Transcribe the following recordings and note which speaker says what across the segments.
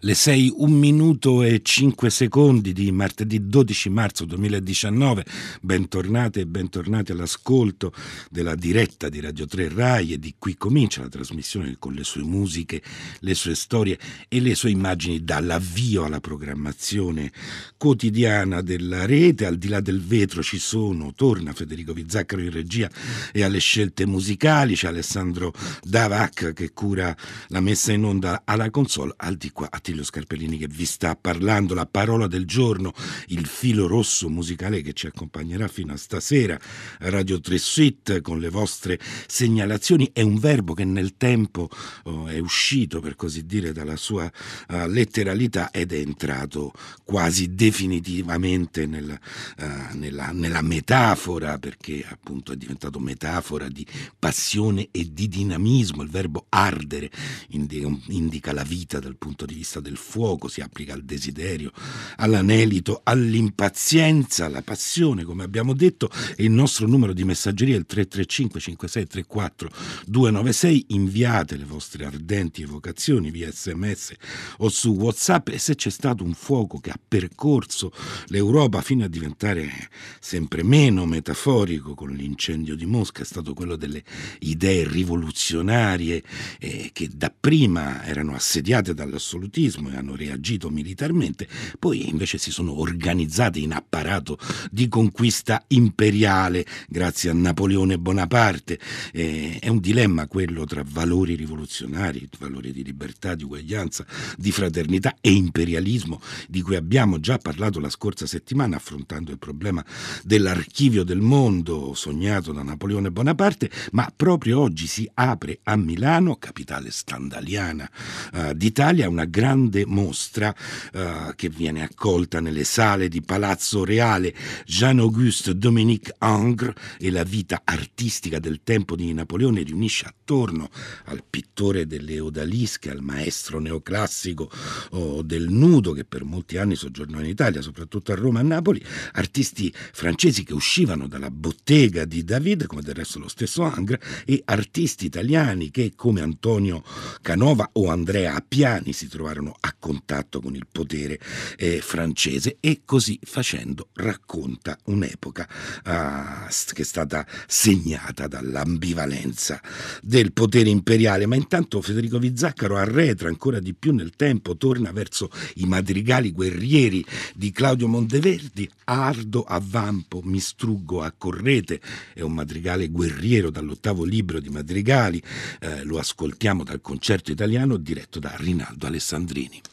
Speaker 1: Le 6, 1 minuto e 5 secondi di martedì 12 marzo 2019. Bentornate e bentornati all'ascolto della diretta di Radio 3 Rai, e di qui comincia la trasmissione con le sue musiche, le sue storie e le sue immagini dall'avvio alla programmazione quotidiana della rete. Al di là del vetro torna Federico Vizzaccaro in regia e alle scelte musicali, c'è Alessandro Davac che cura la messa in onda alla console, al di qua Attilio Scarpellini che vi sta parlando. La parola del giorno, il filo rosso musicale che ci accompagnerà fino a stasera a Radio 3 Suite con le vostre segnalazioni. È un verbo che nel tempo è uscito, per così dire, dalla sua letteralità ed è entrato quasi definitivamente nella metafora, perché appunto è diventato metafora di passione e di dinamismo. Il verbo ardere indica la vita dal punto di vista del fuoco, si applica al desiderio, all'anelito, all'impazienza, alla passione, come abbiamo detto. E il nostro numero di messaggeria è il 335 5634 296. Inviate le vostre ardenti evocazioni via SMS o su WhatsApp, e se c'è stato un fuoco che ha percorso l'Europa fino a diventare sempre meno metaforico con l'incendio di Mosca, è stato quello delle idee rivoluzionarie che dapprima erano assediate dall'assolutismo e hanno reagito militarmente, poi invece si sono organizzate in apparato di conquista imperiale grazie a Napoleone Bonaparte. È un dilemma quello tra valori rivoluzionari, valori di libertà, di uguaglianza, di fraternità, e imperialismo, di cui abbiamo già parlato la scorsa settimana affrontando il problema dell'archivio del mondo sognato da Napoleone Bonaparte. Ma proprio oggi si apre a Milano, capitale stendaliana d'Italia, una grande mostra che viene accolta nelle sale di Palazzo Reale. Jean-Auguste Dominique Ingres e la vita artistica del tempo di Napoleone riunisce attorno al pittore delle odalische, al maestro neoclassico del nudo, che per molti anni soggiornò in Italia, soprattutto a Roma e a Napoli, artisti francesi che uscivano dalla bottega di David, come del resto lo stesso Ingres, e artisti italiani che, come Antonio Canova o Andrea Appiani, si trovarono a contatto con il potere francese, e così facendo racconta un'epoca che è stata segnata dall'ambivalenza del potere imperiale. Ma intanto Federico Vizzaccaro arretra ancora di più nel tempo, torna verso i madrigali guerrieri di Claudio Monteverdi. Ardo a vampo, mi struggo a correte, è un madrigale guerriero dall'8° libro di madrigali. Lo ascoltiamo dal concerto italiano diretto da Rinaldo Alessandrini.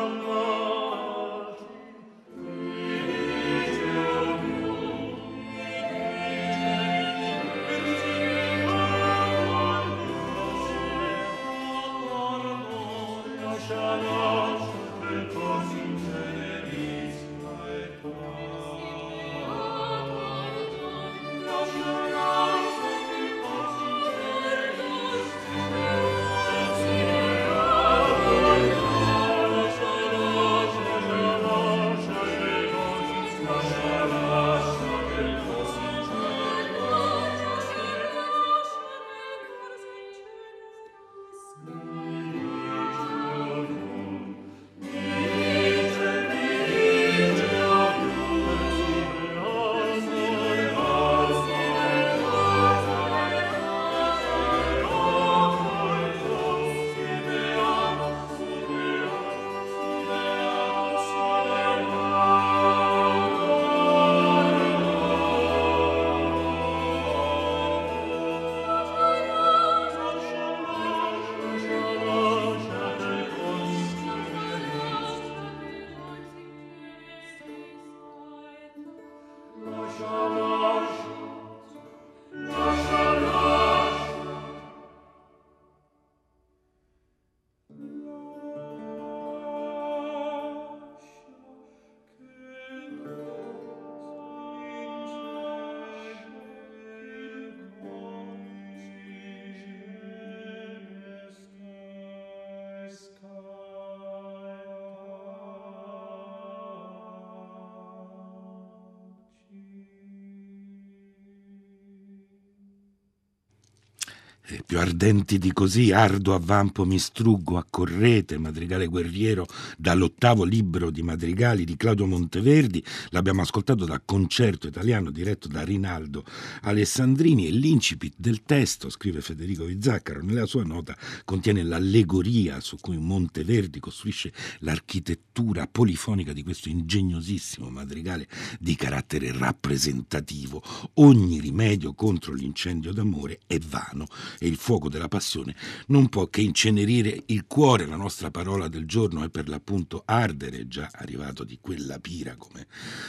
Speaker 1: Più ardenti di così, ardo a vampo mi struggo, accorrete, madrigale guerriero, dall'8° libro di madrigali di Claudio Monteverdi. L'abbiamo ascoltato da Concerto Italiano diretto da Rinaldo Alessandrini, e l'incipit del testo, scrive Federico Vizzaccaro nella sua nota, contiene l'allegoria su cui Monteverdi costruisce l'architettura polifonica di questo ingegnosissimo madrigale di carattere rappresentativo. Ogni rimedio contro l'incendio d'amore è vano e il fuoco della passione non può che incenerire il cuore. La nostra parola del giorno è per l'appunto ardere, già arrivato di quella pira come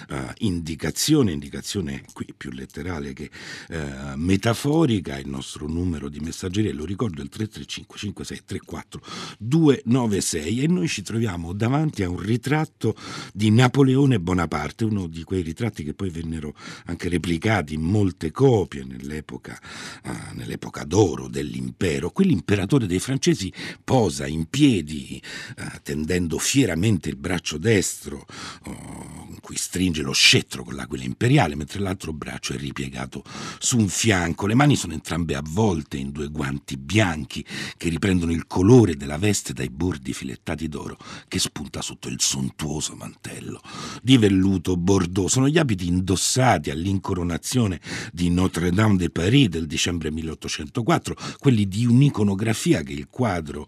Speaker 1: indicazione qui più letterale che metaforica. Il nostro numero di messaggeria, lo ricordo, è il 335 5634 296, e noi ci troviamo davanti a un ritratto di Napoleone Bonaparte, uno di quei ritratti che poi vennero anche replicati in molte copie nell'epoca d'oro dell'impero. Quell'imperatore dei francesi posa in piedi, tendendo fieramente il braccio destro, in cui stringe lo scettro con l'aquila imperiale, mentre l'altro braccio è ripiegato su un fianco. Le mani sono entrambe avvolte in 2 guanti bianchi che riprendono il colore della veste dai bordi filettati d'oro che spunta sotto il sontuoso mantello di velluto bordeaux. Sono gli abiti indossati all'incoronazione di Notre-Dame de Paris del dicembre 1804, quelli di un'iconografia che il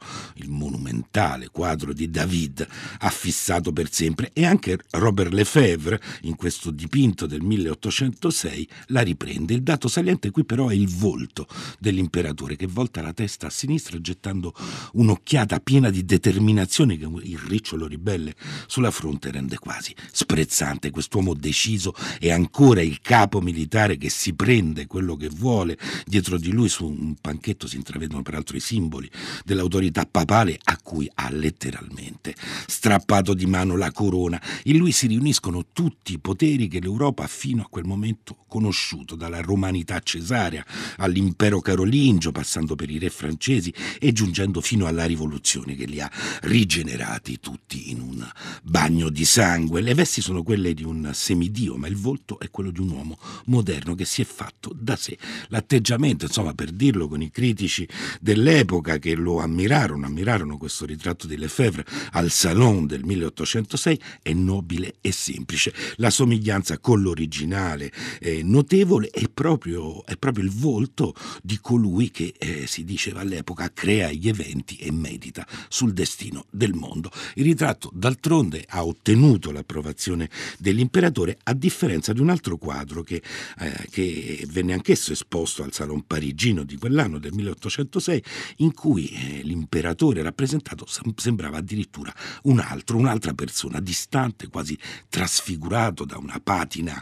Speaker 1: monumentale quadro di David ha fissato per sempre, e anche Robert Lefebvre in questo dipinto del 1806 la riprende. Il dato saliente qui però è il volto dell'imperatore che volta la testa a sinistra gettando un'occhiata piena di determinazione che il ricciolo ribelle sulla fronte rende quasi sprezzante. Quest'uomo deciso è ancora il capo militare che si prende quello che vuole. Dietro di lui, su un panchetto, si intravedono peraltro i simboli dell'autorità papale a cui ha letteralmente strappato di mano la corona. In lui si riuniscono tutti i poteri che l'Europa ha fino a quel momento conosciuto, dalla romanità cesarea all'impero carolingio, passando per i re francesi e giungendo fino alla rivoluzione che li ha rigenerati tutti in un bagno di sangue. Le vesti sono quelle di un semidio, ma il volto è quello di un uomo moderno che si è fatto da sé. L'atteggiamento, insomma, per dirlo con i critici dell'epoca che lo ammirarono questo ritratto di Lefebvre al Salon del 1806, è nobile e semplice. La somiglianza con l'originale è notevole, è proprio il volto di colui che, si diceva all'epoca, crea gli eventi e medita sul destino del mondo. Il ritratto, d'altronde, ha ottenuto l'approvazione dell'imperatore, a differenza di un altro quadro che venne anch'esso esposto al Salon parigino di quell'anno, Milano del 1806, in cui l'imperatore rappresentato sembrava addirittura un'altra persona, distante, quasi trasfigurato da una patina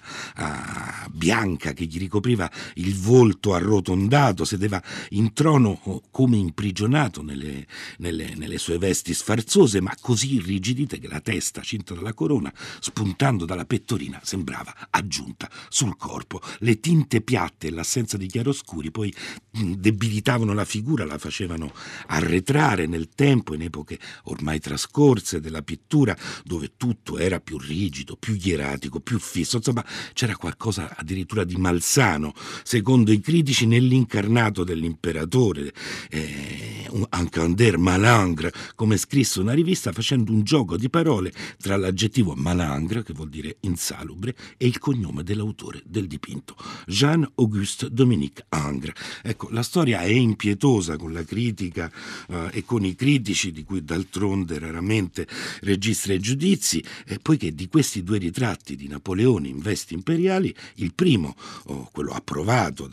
Speaker 1: bianca che gli ricopriva il volto arrotondato, sedeva in trono come imprigionato nelle sue vesti sfarzose, ma così irrigidite che la testa, cinta dalla corona, spuntando dalla pettorina, sembrava aggiunta sul corpo. Le tinte piatte e l'assenza di chiaroscuri poi debilitavano la figura, la facevano arretrare nel tempo, in epoche ormai trascorse della pittura, dove tutto era più rigido, più ieratico, più fisso. Insomma, c'era qualcosa addirittura di malsano, secondo i critici, nell'incarnato dell'imperatore, un cander malingre, come scrisse una rivista, facendo un gioco di parole tra l'aggettivo malingre, che vuol dire insalubre, e il cognome dell'autore del dipinto, Jean-Auguste Dominique Ingres. Ecco, la storia è impietosa con la critica e con i critici, di cui d'altronde raramente registra i giudizi, poiché di questi due ritratti di Napoleone in vesti imperiali, il primo, quello approvato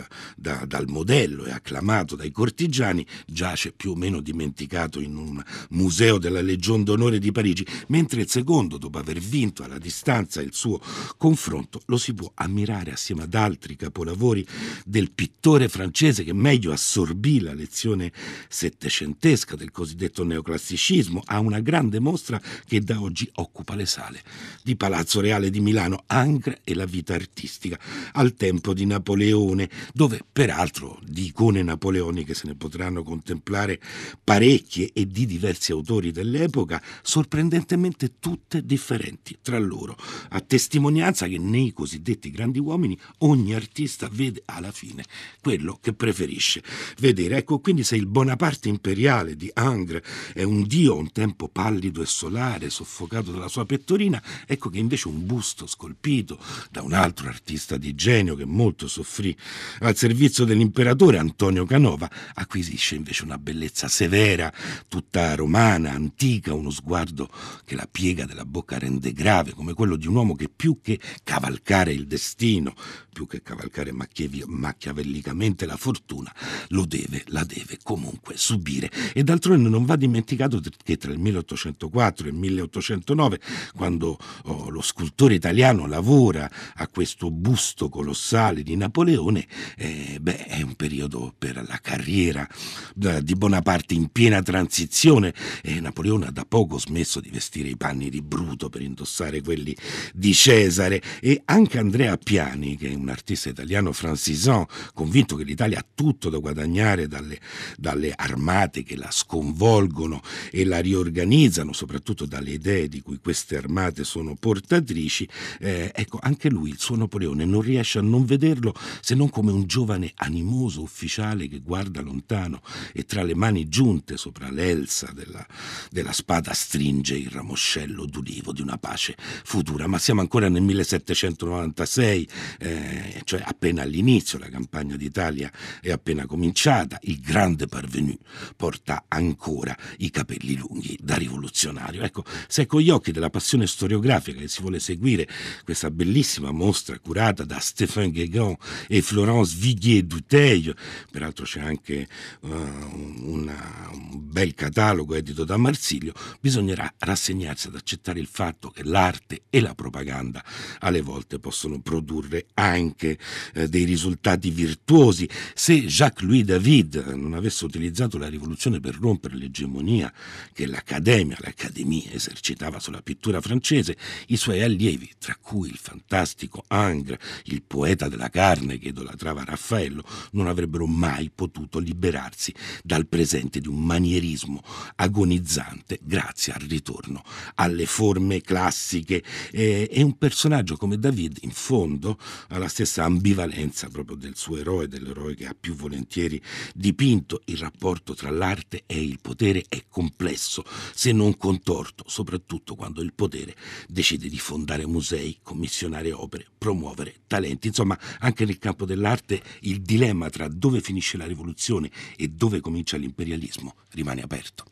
Speaker 1: dal modello e acclamato dai cortigiani, giace più o meno dimenticato in un museo della Legion d'Onore di Parigi, mentre il secondo, dopo aver vinto alla distanza il suo confronto, lo si può ammirare assieme ad altri capolavori del pittore francese che meglio assorbì la lezione settecentesca del cosiddetto neoclassicismo, a una grande mostra che da oggi occupa le sale di Palazzo Reale di Milano, Ingres e la vita artistica al tempo di Napoleone, dove peraltro di icone napoleoniche se ne potranno contemplare parecchie e di diversi autori dell'epoca, sorprendentemente tutte differenti tra loro, a testimonianza che nei cosiddetti grandi uomini ogni artista vede alla fine quello che preferisce vedere. Ecco, quindi se il Bonaparte imperiale di Ingres è un dio un tempo pallido e solare, soffocato dalla sua pettorina, ecco che invece un busto scolpito da un altro artista di genio che molto soffrì al servizio dell'imperatore, Antonio Canova, acquisisce invece una bellezza severa, tutta romana, antica, uno sguardo che la piega della bocca rende grave, come quello di un uomo che più che cavalcare il destino, più che cavalcare macchiavellicamente la fortuna, la deve comunque subire. E d'altronde non va dimenticato che tra il 1804 e il 1809, quando lo scultore italiano lavora a questo busto colossale di Napoleone, è un periodo per la carriera di Bonaparte in piena transizione, e Napoleone ha da poco smesso di vestire i panni di Bruto per indossare quelli di Cesare. E anche Andrea Appiani, che è un artista italiano franchisant, convinto che l'Italia ha tutto da guadagnare dalle armate che la sconvolgono e la riorganizzano, soprattutto dalle idee di cui queste armate sono portatrici, ecco, anche lui, il suo Napoleone, non riesce a non vederlo se non come un giovane animoso ufficiale che guarda lontano e tra le mani giunte sopra l'elsa della spada stringe il ramoscello d'ulivo di una pace futura. Ma siamo ancora nel 1796, cioè appena all'inizio, la campagna d'Italia è appena cominciata, il grande parvenu porta ancora i capelli lunghi da rivoluzionario. Ecco, se è con gli occhi della passione storiografica che si vuole seguire questa bellissima mostra curata da Stéphane Guégan e Florence Viguier-Dutheil, peraltro c'è anche un bel catalogo edito da Marsilio, bisognerà rassegnarsi ad accettare il fatto che l'arte e la propaganda alle volte possono produrre anche dei risultati virtuosi. Se Jacques-Louis David non avesse utilizzato la rivoluzione per rompere l'egemonia che l'Accademia esercitava sulla pittura francese, i suoi allievi, tra cui il fantastico Ingres, il poeta della carne che idolatrava Raffaello, non avrebbero mai potuto liberarsi dal presente di un manierismo agonizzante grazie al ritorno alle forme classiche. E un personaggio come David, in fondo, ha la stessa ambivalenza proprio del suo eroe, dell'eroe che ha più volentieri dipinto. Il rapporto tra l'arte e il potere è complesso, se non contorto, soprattutto quando il potere decide di fondare musei, commissionare opere, promuovere talenti. Insomma, anche nel campo dell'arte il dilemma tra dove finisce la rivoluzione e dove comincia l'imperialismo rimane aperto.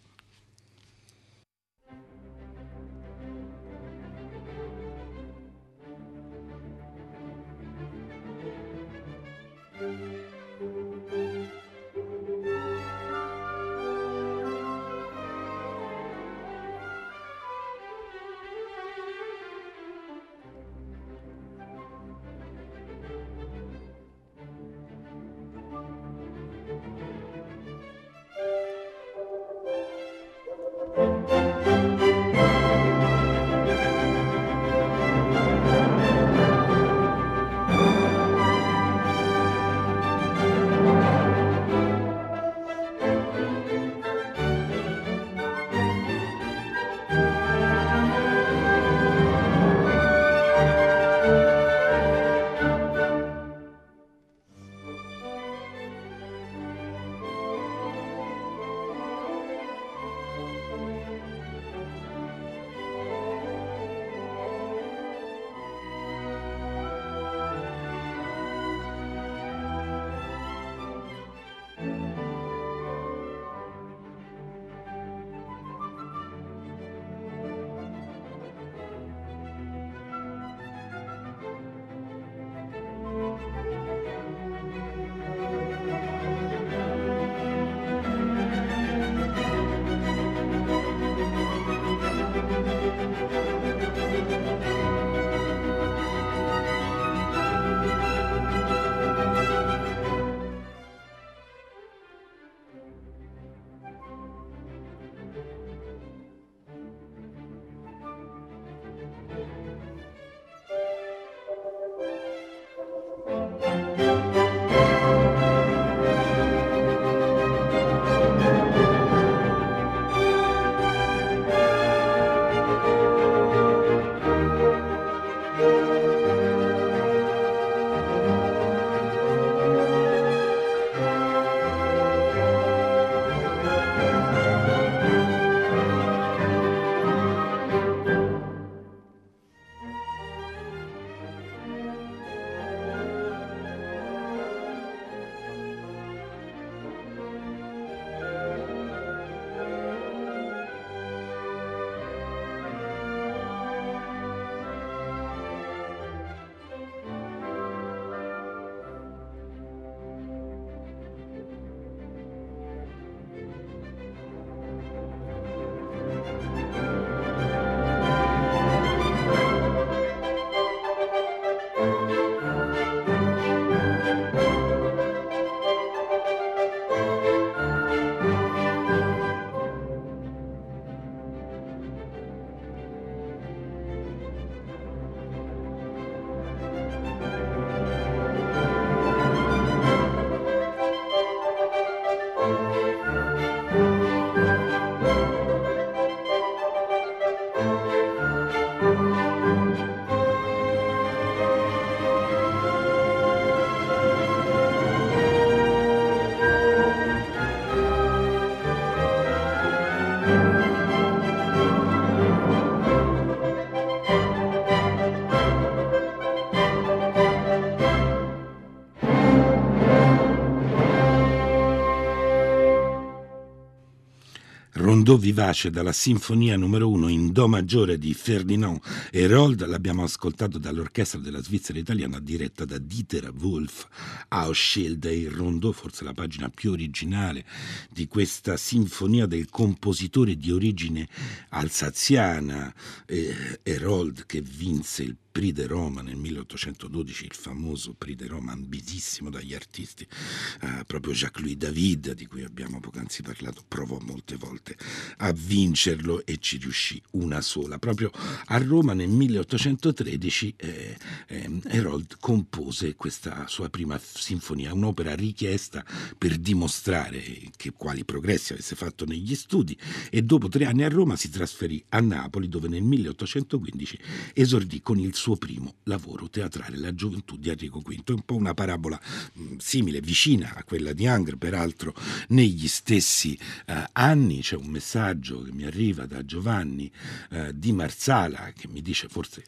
Speaker 1: Do vivace dalla sinfonia numero 1 in Do maggiore di Ferdinand Herold, l'abbiamo ascoltato dall'orchestra della Svizzera italiana diretta da Dieter Wolf. Ausschilde il Rondeau, forse la pagina più originale di questa sinfonia del compositore di origine alsaziana Herold, che vinse il Prix de Roma nel 1812, il famoso Prix de Roma ambitissimo dagli artisti. Proprio Jacques-Louis David, di cui abbiamo poc'anzi parlato, provò molte volte a vincerlo e ci riuscì una sola. Proprio a Roma nel 1813 Herold compose questa sua prima sinfonia, un'opera richiesta per dimostrare quali progressi avesse fatto negli studi, e dopo 3 anni a Roma si trasferì a Napoli, dove nel 1815 esordì con il suo primo lavoro teatrale, La gioventù di Enrico V. È un po' una parabola simile, vicina a quella di Ingres, peraltro negli stessi anni. C'è un messaggio che mi arriva da Giovanni di Marsala, che mi dice forse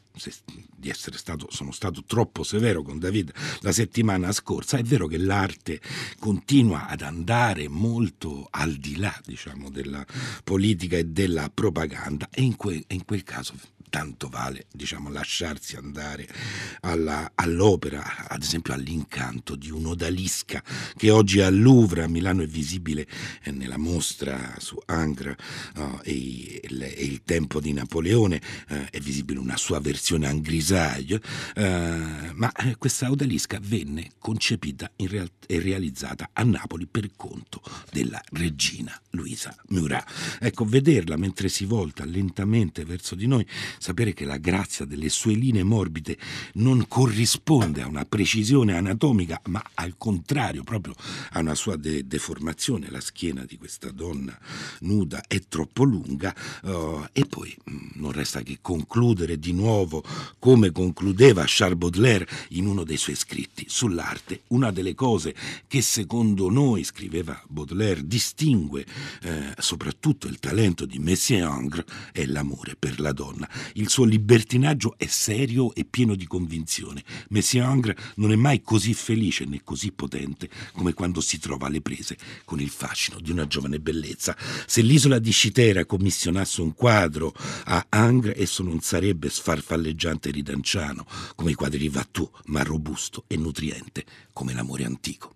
Speaker 1: sono stato troppo severo con David la settimana scorsa. È vero che l'arte continua ad andare molto al di là, diciamo, della politica e della propaganda, e in quel caso tanto vale, diciamo, lasciarsi andare all'opera, ad esempio all'incanto di un'odalisca che oggi al Louvre a Milano è visibile nella mostra su Ingres e il tempo di Napoleone. È visibile una sua versione en grisaille, ma questa odalisca venne concepita e realizzata a Napoli per conto della regina Luisa Murat. Ecco, vederla mentre si volta lentamente verso di noi, sapere che la grazia delle sue linee morbide non corrisponde a una precisione anatomica, ma al contrario proprio a una sua deformazione. La schiena di questa donna nuda è troppo lunga, e poi non resta che concludere di nuovo come concludeva Charles Baudelaire in uno dei suoi scritti sull'arte. Una delle cose che secondo noi, scriveva Baudelaire, distingue soprattutto il talento di Messier Ingres è l'amore per la donna. Il suo libertinaggio è serio e pieno di convinzione. Messier Ingres non è mai così felice né così potente come quando si trova alle prese con il fascino di una giovane bellezza. Se l'isola di Scitera commissionasse un quadro a Ingres, esso non sarebbe sfarfalleggiante e ridanciano come i quadri di Watteau, ma robusto e nutriente come l'amore antico.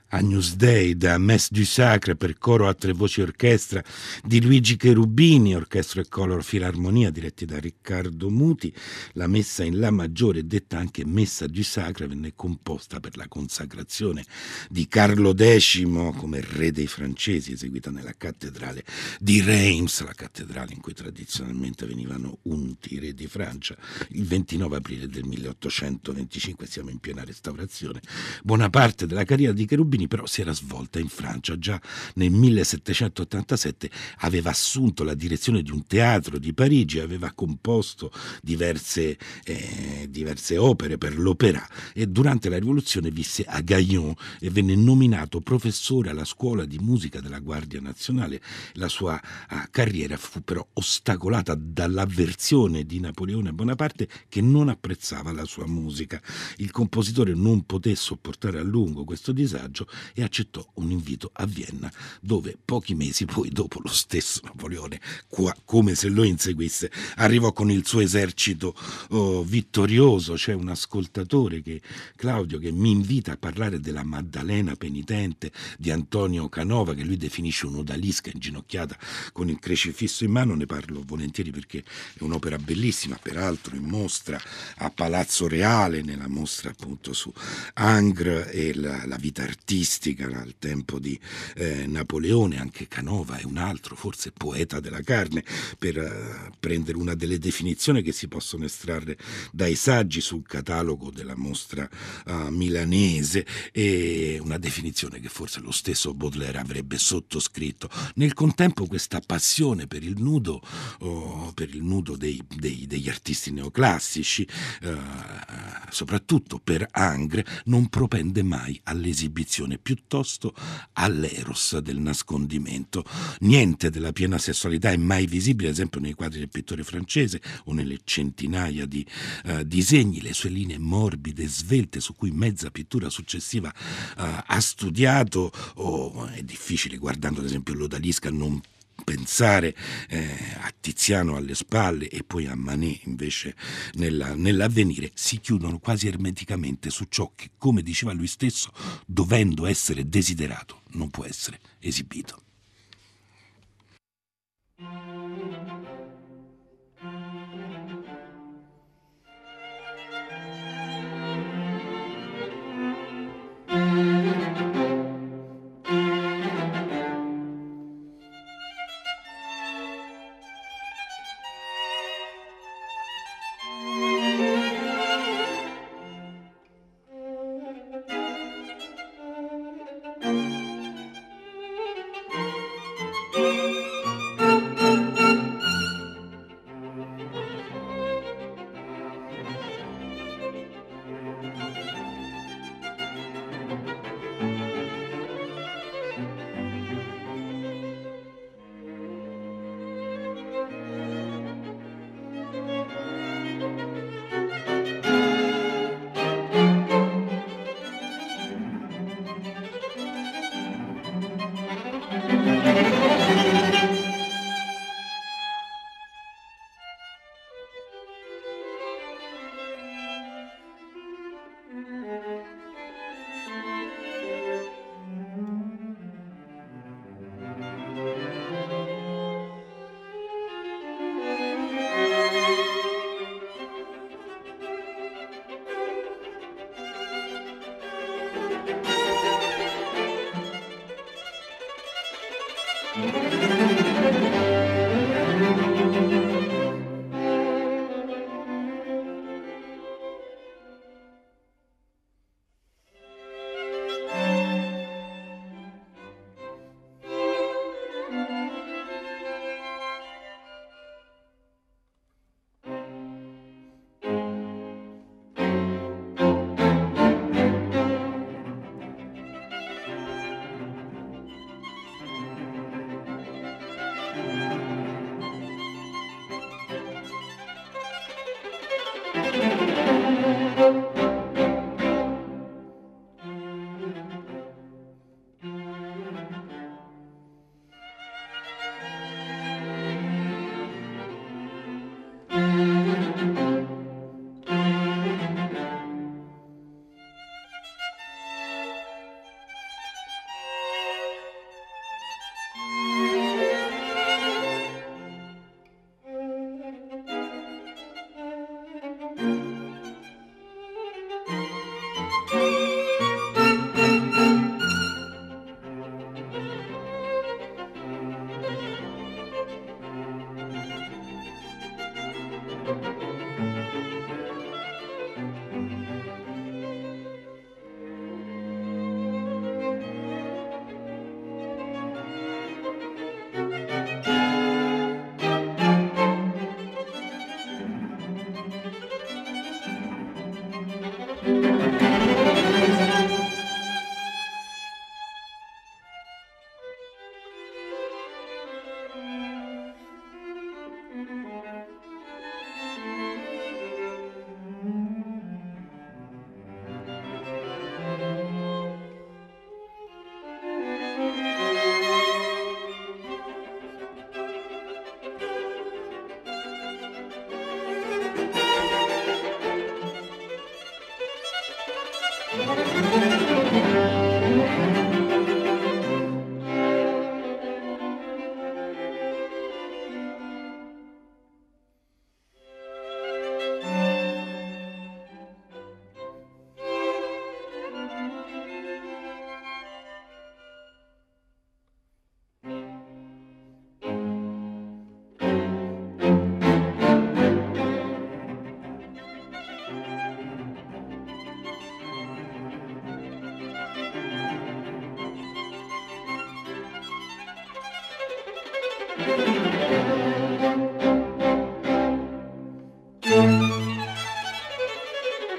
Speaker 1: Agnus Dei da Messe du Sacre per coro a tre voci orchestra di Luigi Cherubini, orchestra e coro filarmonia diretti da Riccardo Muti. La messa in La maggiore, detta anche Messa du Sacre, venne composta per la consacrazione di Carlo X come re dei francesi, eseguita nella cattedrale di Reims, la cattedrale in cui tradizionalmente venivano unti i re di Francia, il 29 aprile del 1825. Siamo in piena restaurazione. Buona parte della carriera di Cherubini però si era svolta in Francia. Già nel 1787 aveva assunto la direzione di un teatro di Parigi, aveva composto diverse opere per l'opera e durante la rivoluzione visse a Gaillon e venne nominato professore alla scuola di musica della Guardia Nazionale. La sua carriera fu però ostacolata dall'avversione di Napoleone Bonaparte, che non apprezzava la sua musica. Il compositore non poté sopportare a lungo questo disagio e accettò un invito a Vienna, dove pochi mesi poi dopo lo stesso Napoleone, come se lo inseguisse, arrivò con il suo esercito vittorioso. C'è un ascoltatore, Claudio, che mi invita a parlare della Maddalena penitente di Antonio Canova, che lui definisce un'odalisca inginocchiata con il crocifisso in mano. Ne parlo volentieri perché è un'opera bellissima, peraltro in mostra a Palazzo Reale, nella mostra appunto su Ingres e la vita artistica al tempo di Napoleone. Anche Canova è un altro, forse poeta della carne, per prendere una delle definizioni che si possono estrarre dai saggi sul catalogo della mostra milanese, e una definizione che forse lo stesso Baudelaire avrebbe sottoscritto. Nel contempo questa passione per il nudo degli artisti neoclassici, soprattutto per Ingres, non propende mai all'esibizione, piuttosto all'eros del nascondimento. Niente della piena sessualità è mai visibile, ad esempio nei quadri del pittore francese o nelle centinaia di disegni. Le sue linee morbide e svelte su cui mezza pittura successiva ha studiato. È difficile, guardando ad esempio l'Odalisca, non pensare a Tiziano alle spalle e poi a Manet invece nell'Avvenire. Si chiudono quasi ermeticamente su ciò che, come diceva lui stesso, dovendo essere desiderato, non può essere esibito.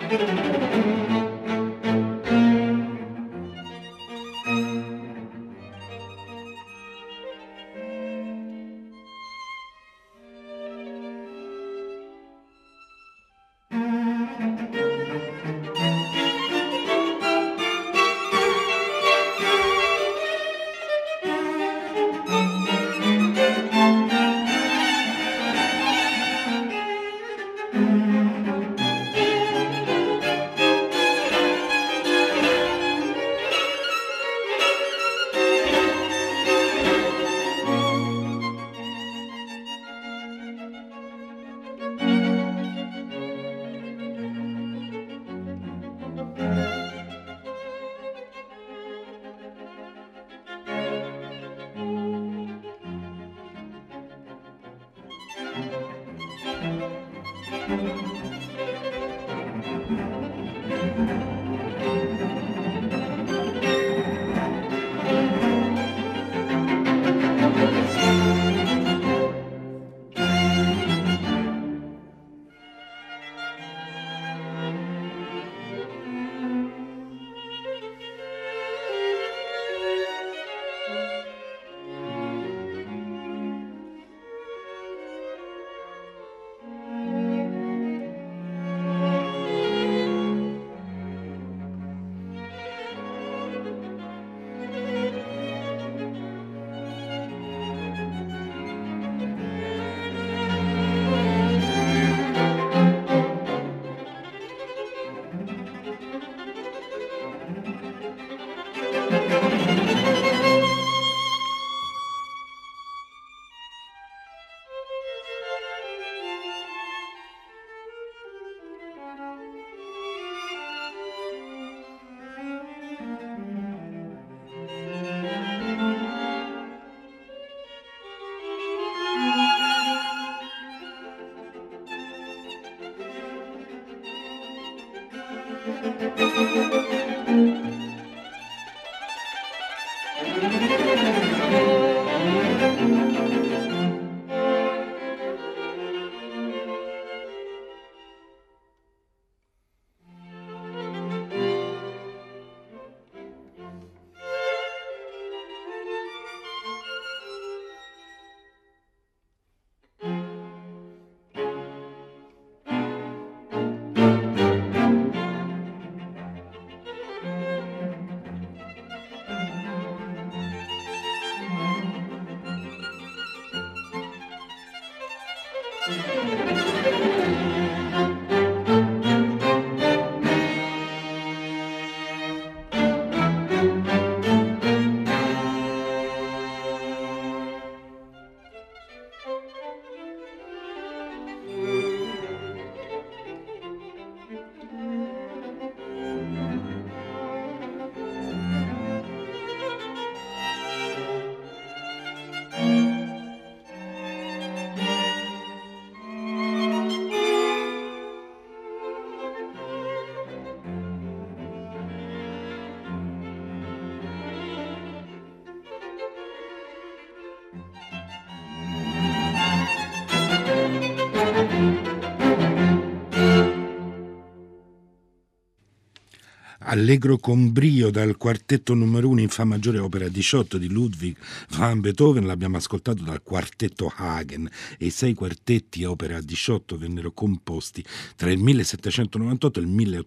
Speaker 1: Allegro con brio dal quartetto numero 1 in Fa maggiore opera 18 di Ludwig van Beethoven, l'abbiamo ascoltato dal quartetto Hagen, e i 6 quartetti opera 18 vennero composti tra il 1798 e il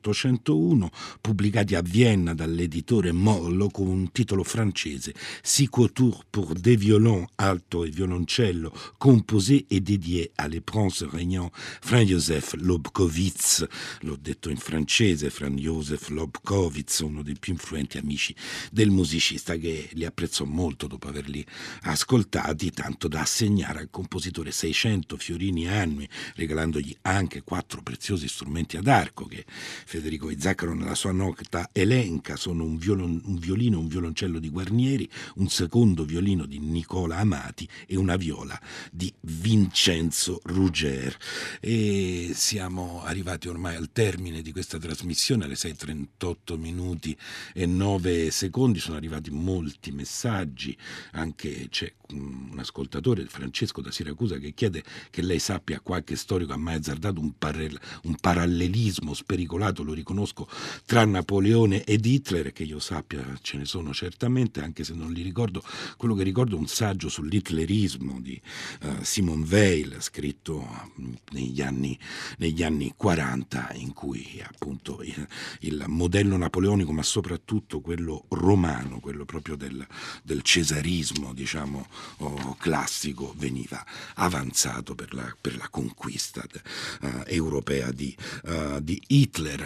Speaker 1: 1801, pubblicati a Vienna dall'editore Mollo con un titolo francese, Six Quatuors pour des violons, alto e violoncello, composé et dédié à le prince régnant Franz Josef Lobkowitz, l'ho detto in francese, Franz Josef Lobkowitz, uno dei più influenti amici del musicista, che li apprezzò molto dopo averli ascoltati, tanto da assegnare al compositore 600 fiorini annui, regalandogli anche 4 preziosi strumenti ad arco che Federico Izzacaro nella sua nota elenca. Sono un violino e un violoncello di Guarnieri, un secondo violino di Nicola Amati e una viola di Vincenzo Ruggier. E siamo arrivati ormai al termine di questa trasmissione alle 6:38 8 minuti e 9 secondi. Sono arrivati molti messaggi, anche c'è un ascoltatore, Francesco da Siracusa, che chiede che lei sappia qualche storico ha mai azzardato un parallelismo spericolato, lo riconosco, tra Napoleone ed Hitler. Che io sappia ce ne sono certamente, anche se non li ricordo. Quello che ricordo è un saggio sull'hitlerismo di Simone Weil, scritto negli anni 40, in cui appunto il modello napoleonico, ma soprattutto quello romano, quello proprio del cesarismo, diciamo, classico, veniva avanzato per la conquista europea di Hitler.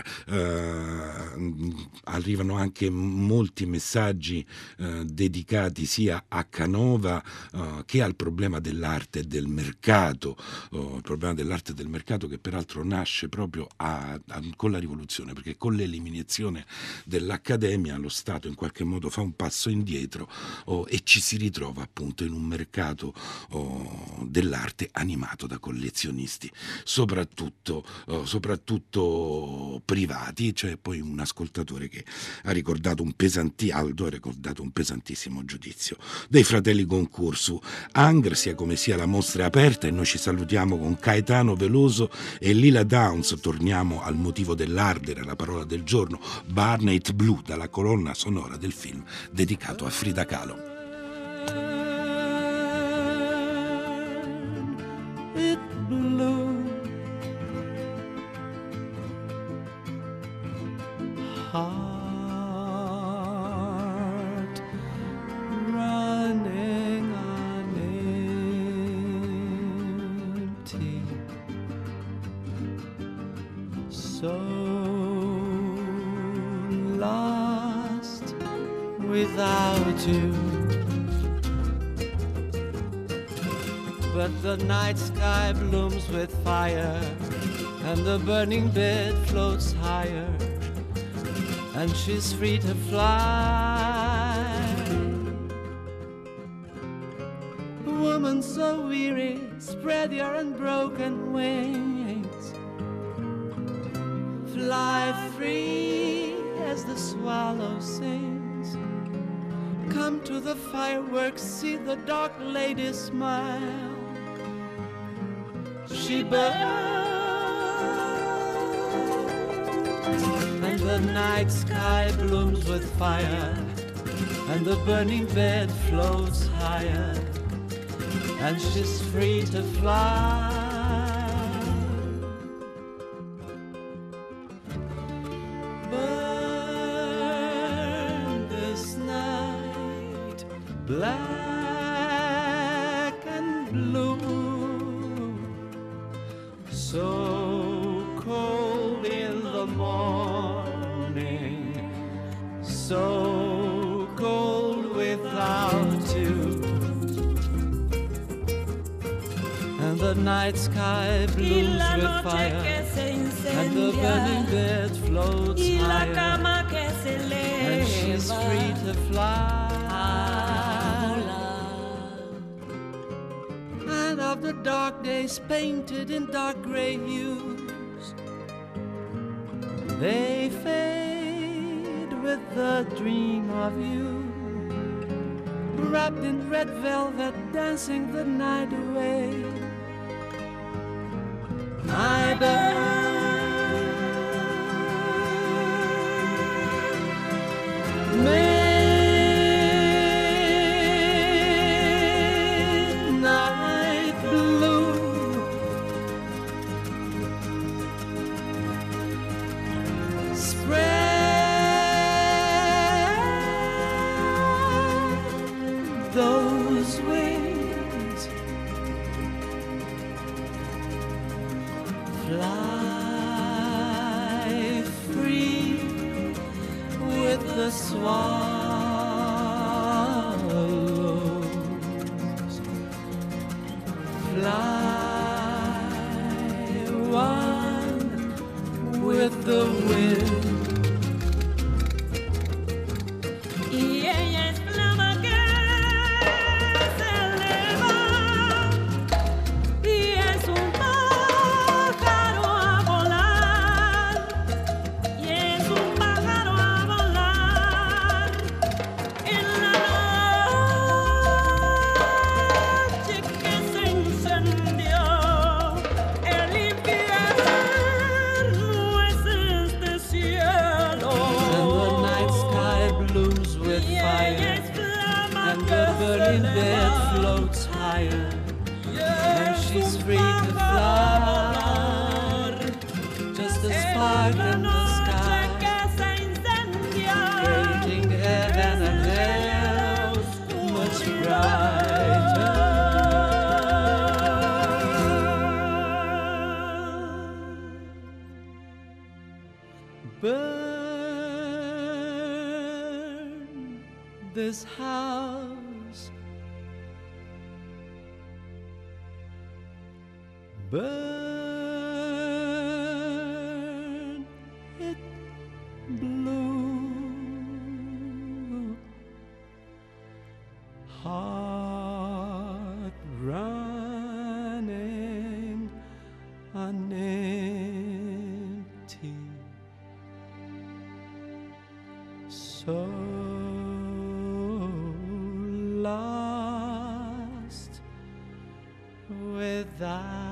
Speaker 1: Arrivano anche molti messaggi dedicati sia a Canova che al problema dell'arte e del mercato, il problema dell'arte e del mercato che peraltro nasce proprio con la rivoluzione, perché con l'eliminazione dell'Accademia lo Stato in qualche modo fa un passo indietro e ci si ritrova appunto in un mercato dell'arte animato da collezionisti, soprattutto privati. C'è poi un ascoltatore che ha ricordato Aldo ha ricordato un pesantissimo giudizio dei fratelli Concursu. Angr, sia come sia, la mostra è aperta e noi ci salutiamo con Caetano Veloso e Lila Downs. Torniamo al motivo dell'ardere, alla parola del giorno, Barnet Blue, dalla colonna sonora del film dedicato a Frida Kahlo.
Speaker 2: It blew. Heart running on empty, so lost without you. But the night sky blooms with fire, and the burning bed floats higher, and she's free to fly. Woman so weary, spread your unbroken wings. Fly free as the swallow sings. Come to the fireworks, see the dark lady smile. She burns, and the night sky blooms with fire, and the burning bed floats higher, and she's free to fly. Burn this night black and blue, so cold in the morning, so cold without you. And the night sky blooms with fire, and the burning bed floats higher, and she's free to fly. And of the dark days painted in dark gray hues, they fade with the dream of you, wrapped in red velvet, dancing the night away. I burn. Midnight blue, spread those wings, fly free with the swallows, fly one with the wind.
Speaker 3: Pájaro a
Speaker 2: darken the sky, creating heaven and hell much brighter. Burn this house, burn it blue, heart running on empty, so lost without